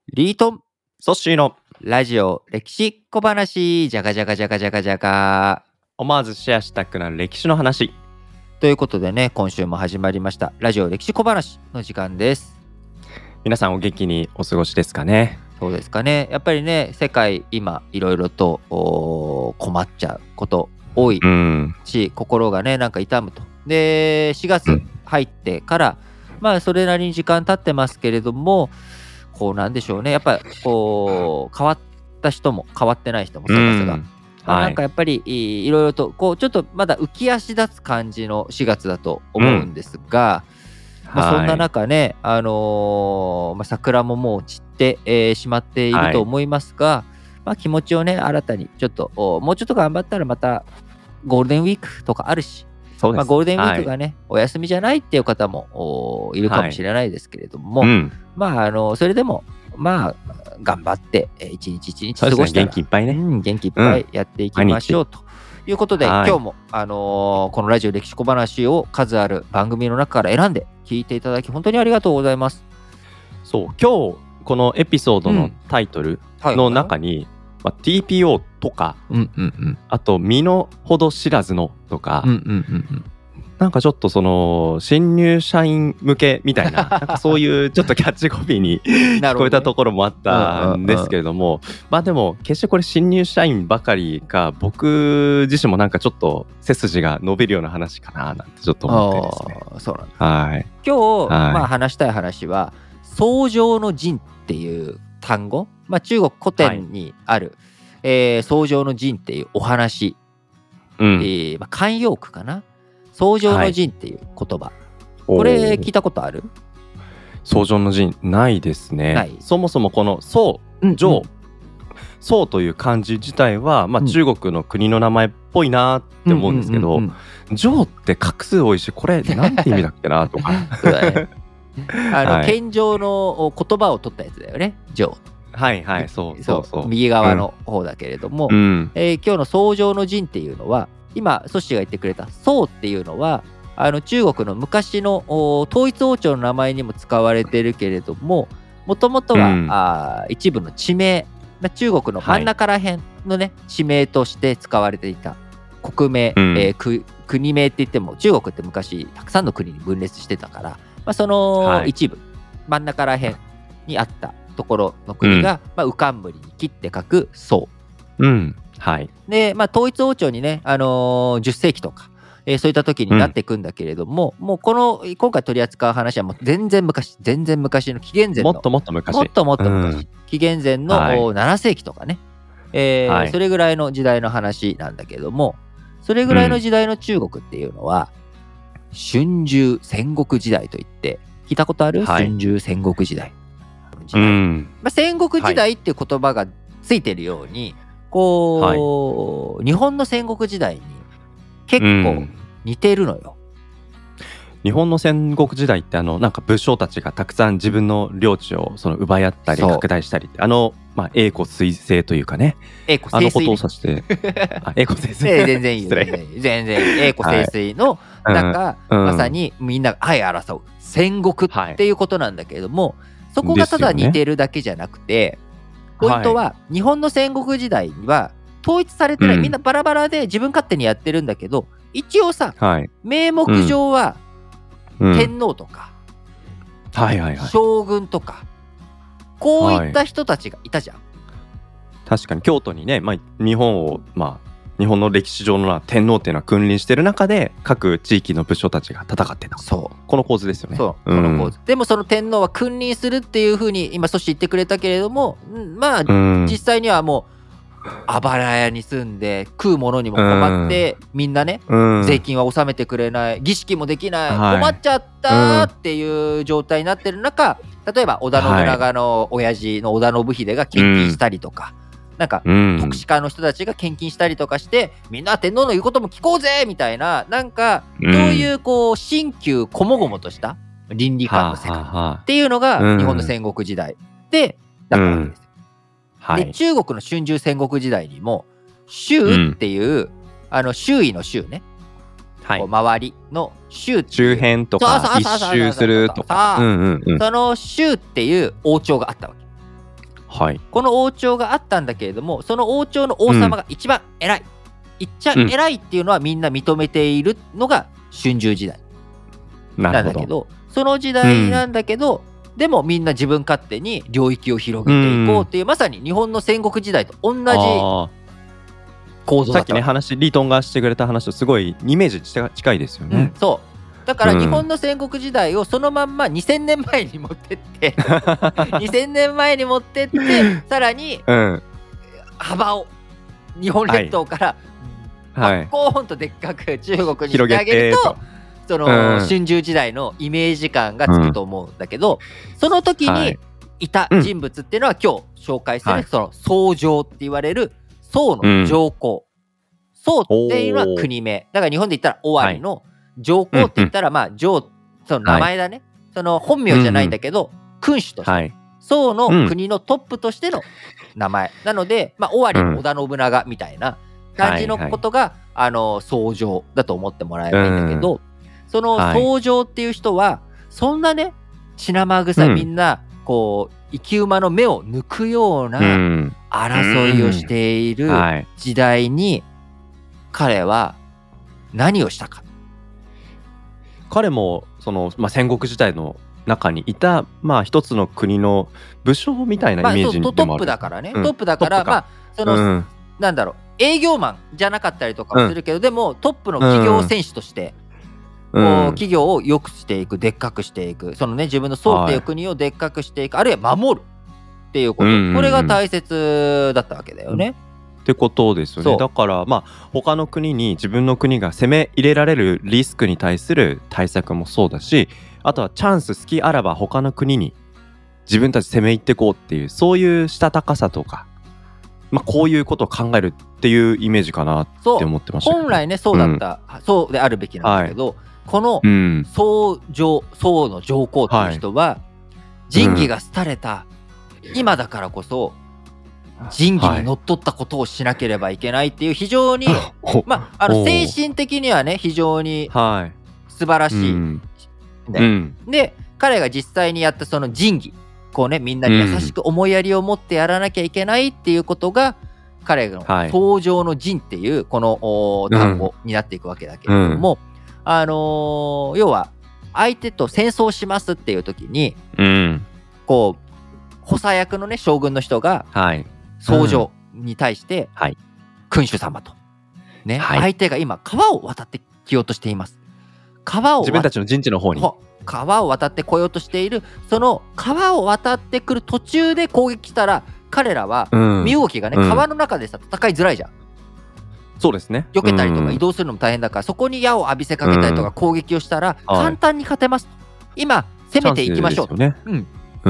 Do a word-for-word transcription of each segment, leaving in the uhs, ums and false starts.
リートンソッシーのラジオ歴史小話じゃがじゃがじゃがじゃがじゃが思わずシェアしたくなる歴史の話ということでね、今週も始まりましたラジオ歴史小話の時間です。 皆さんお元気にお過ごしですかね。 そうですかね。やっぱりね、世界今いろいろと困っちゃうこと多いし、うん、心がねなんか痛むと。でしがつ入ってから、うん、まあそれなりに時間経ってますけれども、こうなんでしょうね、やっぱりこう変わった人も変わってない人もそうですが、うん、まあ、なんかやっぱりいろいろとこうちょっとまだ浮き足立つ感じのしがつだと思うんですが、うん、まあ、そんな中ね、あのーまあ、桜ももう散って、えー、しまっていると思いますが、はい、まあ、気持ちをね新たにちょっともうちょっと頑張ったらまたゴールデンウィークとかあるし、 そうです、 まあ、ゴールデンウィークがね、はい、お休みじゃないっていう方もいるかもしれないですけれども、はい、うん、まああのそれでもまあ頑張って一日一日過ごしたら、 ね、元気いっぱいね、 うん、元気いっぱいやっていきましょう、うん、ということで、今日も、あのー、このラジオ歴史小話を数ある番組の中から選んで聞いていただき本当にありがとうございます。 そう、今日このエピソードのタイトルの中に、うん、はい、まあ、ティーピーオー とか、うんうんうん、あと身の程知らずのとか、うんうんうんうん、なんかちょっとその新入社員向けみたい な, なんかそういうちょっとキャッチコピーに聞こえたところもあったんですけれども、まあでも決してこれ新入社員ばかりか、僕自身もなんかちょっと背筋が伸びるような話かななんてちょっと思ってですね。 そうなんです、 はい、 今日、はい、まあ、話したい話は草上の陣っていう単語、まあ、中国古典にある、はい、えー、草上の陣っていうお話、うん、えーまあ、慣用句かな、草上の陣っていう言葉、はい、これ聞いたことある？ 草上の陣ないですね。ない。そもそもこの草上、うんうん、草という漢字自体は、まあ、中国の国の名前っぽいなって思うんですけど、上って画数多いし、これなんて意味だっけなとかそうだね、あの、はい、謙譲の言葉を取ったやつだよね、上。 はいはい、そうそうそう、 右側の方だけれども、うん、えー、今日の草上の陣っていうのは、今ソッシーが言ってくれた宋っていうのは、あの中国の昔の統一王朝の名前にも使われているけれども、もともとは、うん、あ一部の地名、中国の真ん中ら辺のね、はい、地名として使われていた国名、うん、えー、国名って言っても中国って昔たくさんの国に分裂してたから、まあ、その一部、はい、真ん中ら辺にあったところの国が、うん、まあ、うかんむりに切って書く宋、 うん、はい。 で、まあ、統一王朝にね、あのー、じゅっせいきとか、えー、そういった時になっていくんだけれども、うん、もうこの今回取り扱う話はもう全然昔全然昔の紀元前のもっともっと昔もっともっと昔、うん、紀元前の、はい、ななせいきとかね、えーはい、それぐらいの時代の話なんだけども、それぐらいの時代の中国っていうのは、うん、春秋戦国時代といって聞いたことある？はい、春秋戦国時代、時代、うん、まあ、戦国時代っていう言葉がついてるように、こう、はい、日本の戦国時代に結構似てるのよ、 うん、日本の戦国時代ってあのなんか武将たちがたくさん自分の領地をその奪い合ったり拡大したりって、あの、まあ、栄枯盛衰というかね、 栄枯盛衰、ね、 あのことを指してあ栄枯盛衰全然いいよ全然栄枯盛衰の中、はい、うん、まさにみんなが相争う戦国っていうことなんだけれども、はい、そこがただ似てるだけじゃなくて、ポイントは、はい、日本の戦国時代には統一されてない、うん、みんなバラバラで自分勝手にやってるんだけど、一応さ、はい、名目上は、うん、天皇とか、 うん、はいはいはい、 将軍とかこういった人たちがいたじゃん、はい、 確かに京都にね、まあ、日本をまあ日本の歴史上の天皇っていうのは君臨してる中で各地域の武将たちが戦ってた、 そうこの構図ですよね。 そう、うん、この構図でもその天皇は君臨するっていう風に今阻止言ってくれたけれども、まあ、うん、実際にはもうあばら屋に住んで食うものにも困って、うん、みんなね、うん、税金は納めてくれない、儀式もできない、はい、困っちゃったっていう状態になってる中、例えば織田信長の親父の織田信秀が献金したりとか、うん、なんか、うん、特殊家の人たちが献金したりとかして、みんな天皇の言うことも聞こうぜみたいな、なんかそういうこう新旧こもごもとした倫理観の世界っていうのが日本の戦国時代でだったわけですよ、うん、はい、で中国の春秋戦国時代にも周っていう、うん、あの周囲の周ね、はい、周りの周っていう周辺とか一周するとか、 その周っていう王朝があったわけ。 はい、 この王朝があったんだけれども、その王朝の王様が一番偉い、うん、いっちゃ偉いっていうのはみんな認めているのが春秋時代なんだけど、その時代なんだけど、うん、でもみんな自分勝手に領域を広げていこうっていう、うん、まさに日本の戦国時代と同じ構造だった。 さっきね話リートンがしてくれた話とすごいイメージ近いですよね、 うん、そうだから日本の戦国時代をそのまんまにせんねんまえに持ってってにせんねんまえに持ってってさらに幅を日本列島からバッコーンとでっかく中国にしてあげると、その春秋時代のイメージ感がつくと思うんだけど、その時にいた人物っていうのは今日紹介するその宋上って言われる宋の上皇、宋っていうのは国名だから、日本で言ったら尾張の上皇って言ったらまあ上その名前だね、その本名じゃないんだけど君主として宋の国のトップとしての名前なので、まあ尾張の織田信長みたいな感じのことがあの宋上だと思ってもらえばいいんだけど、その宋上っていう人はそんなね血生臭いみんなこう生き馬の目を抜くような争いをしている時代に彼は何をしたか。 彼もその、まあ、戦国時代の中にいた、まあ、一つの国の武将みたいなイメージでもある、まあ、 トップだからね、うん、トップだからまあその、うん、なんだろう営業マンじゃなかったりとかもするけど、うん、でもトップの企業選手として、うん、こう企業を良くしていくでっかくしていくそのね自分の宋っていう国をでっかくしていく、はい、あるいは守るっていうこと、うんうん、これが大切だったわけだよね、 うん、ってことですよね。だからまあ他の国に自分の国が攻め入れられるリスクに対する対策もそうだし、あとはチャンス隙あらば他の国に自分たち攻め入ってこうっていうそういうしたたかさとか、まあ、こういうことを考えるっていうイメージかなって思ってましたけど、 本来ねそうだった、うん、そうであるべきなんだけど、はい、この宋上宋の上皇っていう人は、はい、仁義が廃れた、うん、今だからこそ仁義にのっとったことをしなければいけないっていう非常に、はい、まあ、あの精神的にはね非常に素晴らしい、うんねうん、で彼が実際にやったその仁義こうねみんなに優しく思いやりを持ってやらなきゃいけないっていうことが、うん、彼の宋上の仁っていうこの単語になっていくわけだけれども、うん、あのー、要は相手と戦争しますっていう時に、うん、こう補佐役のね将軍の人が、はい宋上に対して、はい、君主様と、ねはい、相手が今川を渡ってきようとしています。川を自分たちの陣地の方に川を渡ってこようとしているその川を渡ってくる途中で攻撃したら彼らは身動きがね、うん、川の中でさ戦いづらいじゃん。 そうですね。 避けたりとか移動するのも大変だから、うん、そこに矢を浴びせかけたりとか攻撃をしたら簡単に勝てます、はい、今攻めていきましょう、ねうんうん、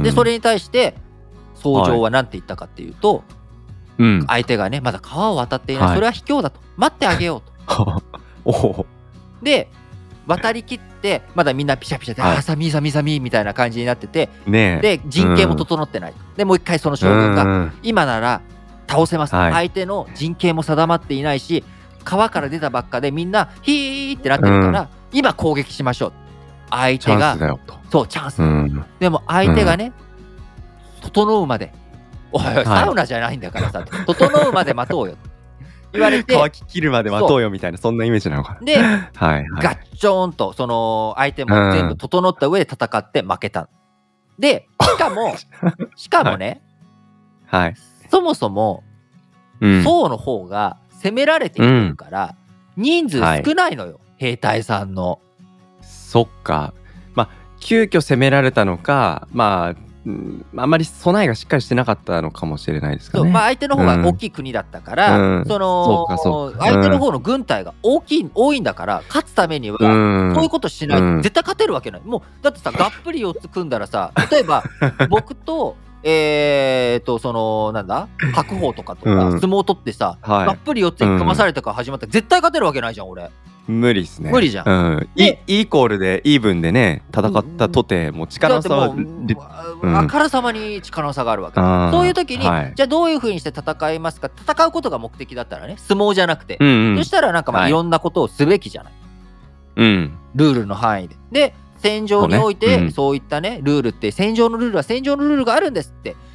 でそれに対して宋上は何て言ったかっていうと、はい、相手がねまだ川を渡っていない、はい、それは卑怯だと待ってあげようとおで渡りきってまだみんなピシャピシャで、はい、あさみさみさみみたいな感じになってて、ね、で陣形も整ってない、うん、でもう一回その将軍が今なら倒せます、はい、相手の陣形も定まっていないし川から出たばっかでみんなヒーってなってるから、うん、今攻撃しましょう。相手がチャンスだよとそうチャンス、うん、でも相手がね、うん整うまでおいおいサウナじゃないんだからさ、はい、整うまで待とうよ言われて乾ききるまで待とうよみたいな そ, そんなイメージなのかなで、はいはい、ガッチョーンとその相手も全部整った上で戦って負けた、うん、でしかもしかもね、はいはい、そもそも、うん、宋の方が攻められてきてるから、うん、人数少ないのよ、はい、兵隊さんの。 そっかまあ急遽攻められたのかまあうん、あんまり備えがしっかりしてなかったのかもしれないですかね。 そうまあ、相手の方が大きい国だったから、うん、そのそうか相手の方の軍隊が大きい多いんだから勝つためには、うん、そういうことしないと絶対勝てるわけない。もうだってさがっぷりよっつ組んだらさ例えば僕とえーとそのなんだ白鵬とかとか、うん、相撲取ってさ、はい、がっぷりよっつに組まされたから始まったら絶対勝てるわけないじゃん俺。 無理っすね。 無理じゃん、 うん、イ, イコールでイーブンでね戦ったとて、うん、もう力の差はあからさまに力の差があるわけ、うん、そういう時に、はい、じゃあどういう風にして戦いますか。戦うことが目的だったらね相撲じゃなくて、うんうん、そしたらなんかまあ、はい、いろんなことをすべきじゃない、うん、ルールの範囲でで戦場においてそう、ねうん、そういったねルールって戦場のルールは戦場のルールがあるんですって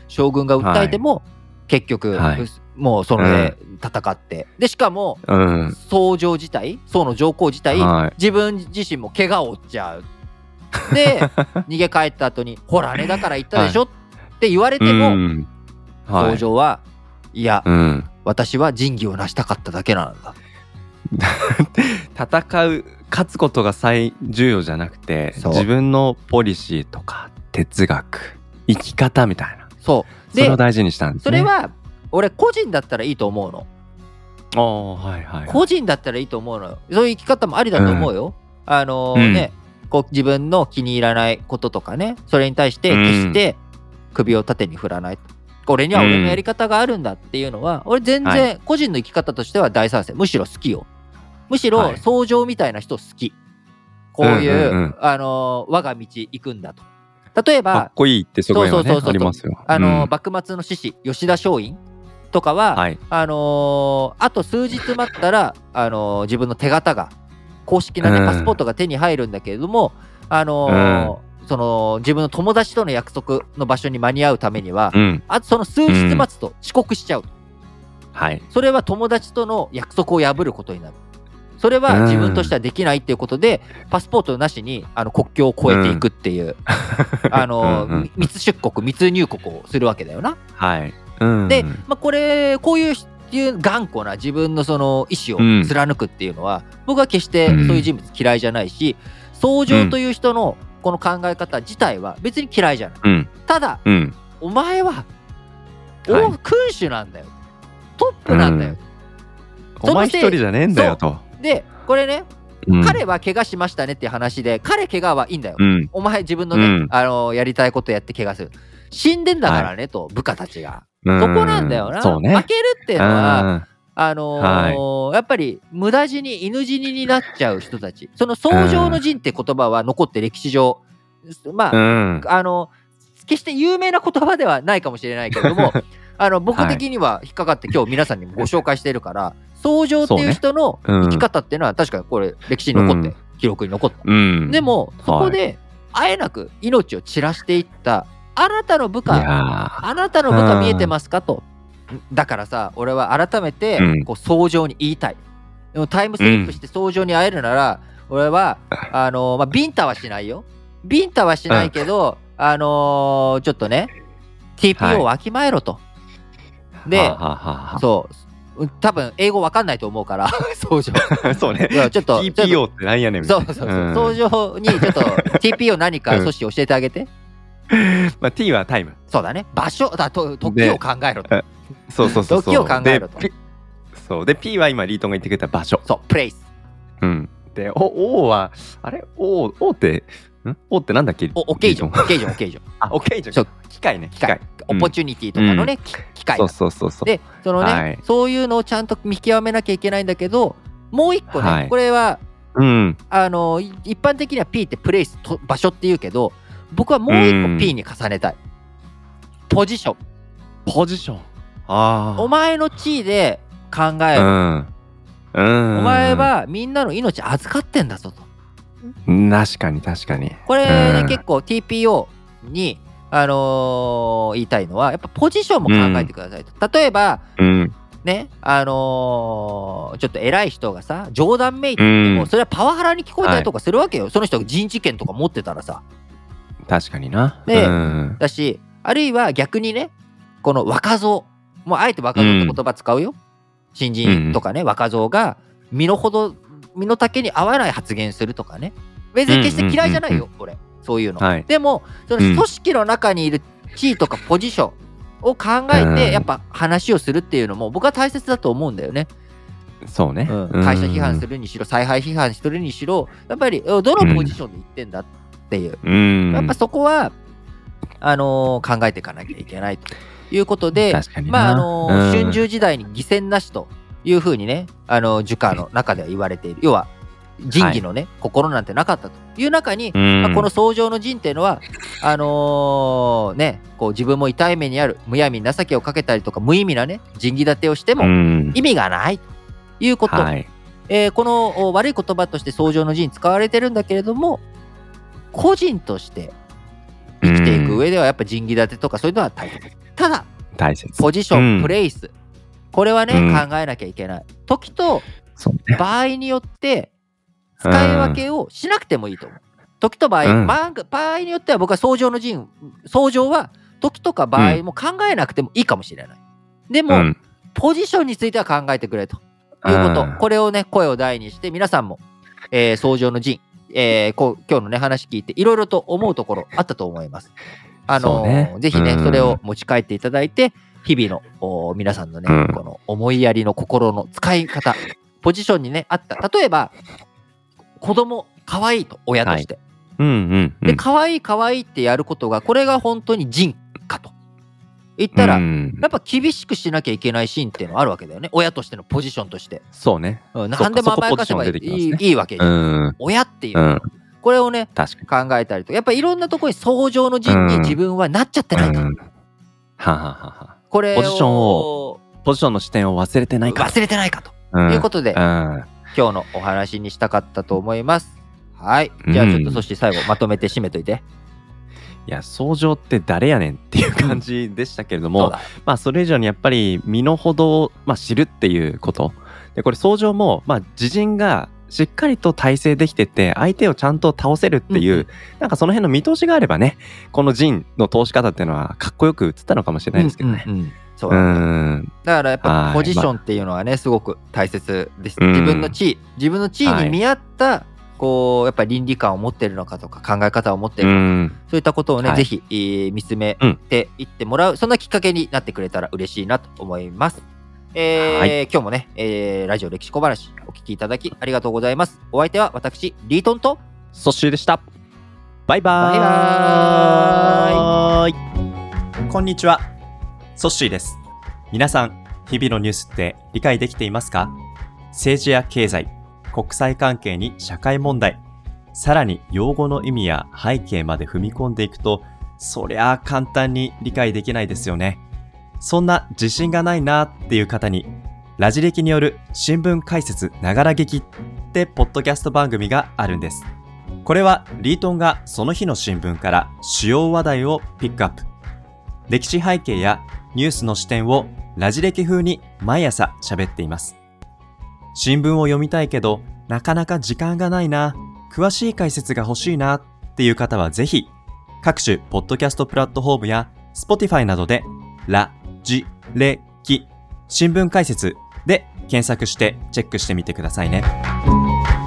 将軍が訴えても、はい、結局、はい、もうそれで戦って、うん、でしかも、うん、僧正自体僧の上皇自体、はい、自分自身も怪我を負っちゃうで逃げ帰った後にほらねだから言ったでしょ、はい、って言われても、うん、僧正はいや、うん、私は仁義を成したかっただけなんだ戦う勝つことが最重要じゃなくて自分のポリシーとか哲学生き方みたいなそうでそれを大事にしたんですね。 それは俺個人だったらいいと思うの。 あ、はいはいはい、 個人だったらいいと思うのよ。そういう生き方もありだと思うよ、うん、あのー、ね、うん、こう自分の気に入らないこととかねそれに対して決して首を縦に振らないと、うん、俺には俺のやり方があるんだっていうのは、うん、俺全然個人の生き方としては大賛成、むしろ好きよ。むしろ僧正みたいな人好き、こういう、うんうんうん、あのー、我が道行くんだと。例えばかっこいいってすごい、ね、そうそうそうそうありますよ。 あのーうん、幕末の志士吉田松陰とかは、はい、あのー、あと数日待ったら、あのー、自分の手形が公式な、ね、パスポートが手に入るんだけれども、あのーうん、その自分の友達との約束の場所に間に合うためには、うん、あとその数日待つと遅刻しちゃうと、うん、はい、それは友達との約束を破ることになる。それは自分としてはできないっていうことで、うん、パスポートなしにあの国境を越えていくっていう、うん、あのうん、密出国密入国をするわけだよな。 はい、 うん、で、まあ、これこういう頑固な自分のその意思を貫くっていうのは、うん、僕は決してそういう人物嫌いじゃないし、僧正という人のこの考え方自体は別に嫌いじゃない、うん、ただ、うん、お前は、はい、君主なんだよ、トップなんだよ、 うん、お前一人じゃねえんだよと。 でこれね、うん、彼は怪我しましたねっていう話で、彼怪我はいいんだよ、うん、お前自分のね、うん、あのやりたいことやって怪我する、死んでんだからね、はい、と部下たちが、そこなんだよな、そうね、負けるっていうのはあのーはい、やっぱり無駄死に犬死にになっちゃう人たち、その僧正の陣って言葉は残って歴史上まあ、うん、あの決して有名な言葉ではないかもしれないけれどもあの僕的には引っかかって今日皆さんにもご紹介しているから、僧正っていう人の生き方っていうのは確かにこれ歴史に残って、うん、記録に残った、うん、でもそこであえなく命を散らしていったあなたの部下、あなたの部下見えてますかと。だからさ、俺は改めてこう僧正に言いたい。でもタイムスリップして僧正に会えるなら、俺はあのー、まあビンタはしないよ、ビンタはしないけど、あのー、ちょっとね ティーピーオー をわきまえろと、はい、で、はははそう多分英語わかんないと思うから僧正そうね、 ちょっとティーピーオー って何やねんみたいな。そうそうそう、うん、 僧正にちょっと ティーピーオー 何か阻止教えてあげて、 うん、まあ T はタイム、 そうだね、場所だと時を考えろと、 そうそうそうそう、 時を考えろと、 そうで P は今リートンが言ってくれた場所、 そうプレイス、 うんで O, O はあれ O, O ってん O ってなんだっけ、 オケージョン、オケージョン、オケージョン、 あオケージョン、機械ね、機械、 オポチュニティとかのね、機械、 そうそうそうそう、 でそのね、そういうのをちゃんと見極めなきゃいけないんだけど、もう一個ね、これはあの一般的には P ってプレイスと場所って言うけど、僕はもう一個 P に重ねたい、ポジション、 ポジション、あお前の地位で考える、うんうん、お前はみんなの命預かってんだぞと。 確かに確かに、 これね、うん、結構 ティーピーオー に、あのー、言いたいのはやっぱポジションも考えてくださいと、うん、例えば、うん、ねあのー、ちょっと偉い人がさ冗談めいて言っても、うん、それはパワハラに聞こえたりとかするわけよ、はい、その人が人事権とか持ってたらさ、 確かにな、 で、うん、だしあるいは逆にね、この若造、もうあえて若造って言葉使うよ、うん、新人とかね、若造が身の程身の丈に合わない発言するとかね、別に決して嫌いじゃないよ、俺そういうの、はい、でもその組織の中にいる地位とかポジションを考えてやっぱ話をするっていうのも僕は大切だと思うんだよね。 そうね、 うん、会社批判するにしろ采配批判するにしろ、やっぱりどのポジションで言ってんだっていう、うん、やっぱそこはあのー、考えていかなきゃいけないということで、まああのー、春秋時代に義戦なしというふうにね、あの儒家の中では言われている、要は仁義のね、はい、心なんてなかったという中に、まあ、この僧正の仁っていうのはあのー、ねこう自分も痛い目にある、むやみに情けをかけたりとか無意味なね仁義立てをしても意味がないということ、はい、えー、この悪い言葉として僧正の仁使われてるんだけれども、個人として生きていく上ではやっぱ仁義立てとかそういうのは大切です。 ただ大切ポジション、うん、プレイスこれはね、うん、考えなきゃいけない。時と場合によって使い分けをしなくてもいいと思う。時と場合、うん、場合によっては僕は相乗の陣相乗は時とか場合も考えなくてもいいかもしれない。でも、うん、ポジションについては考えてくれということ、うん、これをね声を大にして皆さんも、えー、相乗の陣、えー、こう今日のね話聞いていろいろと思うところあったと思います。あのーね、ぜひね、うん、それを持ち帰っていただいて日々の皆さんのね、うん、この思いやりの心の使い方ポジションにねあった例えば子供可愛いと親として、はいうんうんうん、 で可愛い可愛いってやることがこれが本当に仁かと言ったら、うん、やっぱ厳しくしなきゃいけないシーンっていうのはあるわけだよね親としてのポジションとして。 そうね、 うん、何でも甘やかせばいい、ね、い, い, いいわけじゃん、うん、親っていう、うん、これをね考えたりとやっぱりいろんなところに相乗の仁に自分はなっちゃってないか、うん、 はははこれをポジションをポジションの視点を忘れてないか忘れてないかと、うん、いうことで、うん、今日のお話にしたかったと思います。はい。じゃあちょっとそして最後まとめて締めといて。 いや相乗って誰やねんっていう感じでしたけれども、うん、まあそれ以上にやっぱり身の程を、まあ、知るっていうことでこれ相乗も、まあ、自陣がしっかりと体制できてて相手をちゃんと倒せるっていう、うん、なんかその辺の見通しがあればねこの陣の通し方っていうのはかっこよく映ったのかもしれないですけどね。うんうんうんそうなんだ。だからやっぱポジションっていうのはねすごく大切です。自分の地位自分の地位に見合ったこうやっぱり倫理観を持ってるのかとか考え方を持ってるのかそういったことをね、はい、ぜひ、えー、見つめていってもらうそんなきっかけになってくれたら嬉しいなと思います。えーはい、今日もね、えー、ラジオ歴史小話お聞きいただきありがとうございます。お相手は私リートンとソッシーでした。バイバーイ。 バイバーイ。こんにちは。ソッシーです。皆さん、日々のニュースって理解できていますか？政治や経済、国際関係に社会問題、さらに用語の意味や背景まで踏み込んでいくと、そりゃあ簡単に理解できないですよね。そんな自信がないなっていう方に、ラジ歴による新聞解説ながら劇ってポッドキャスト番組があるんです。これはリートンがその日の新聞から主要話題をピックアップ。歴史背景やニュースの視点をラジ歴風に毎朝喋っています。新聞を読みたいけどなかなか時間がないな、詳しい解説が欲しいなっていう方はぜひ各種ポッドキャストプラットフォームや Spotify などでラジレキ新聞解説で検索してチェックしてみてくださいね。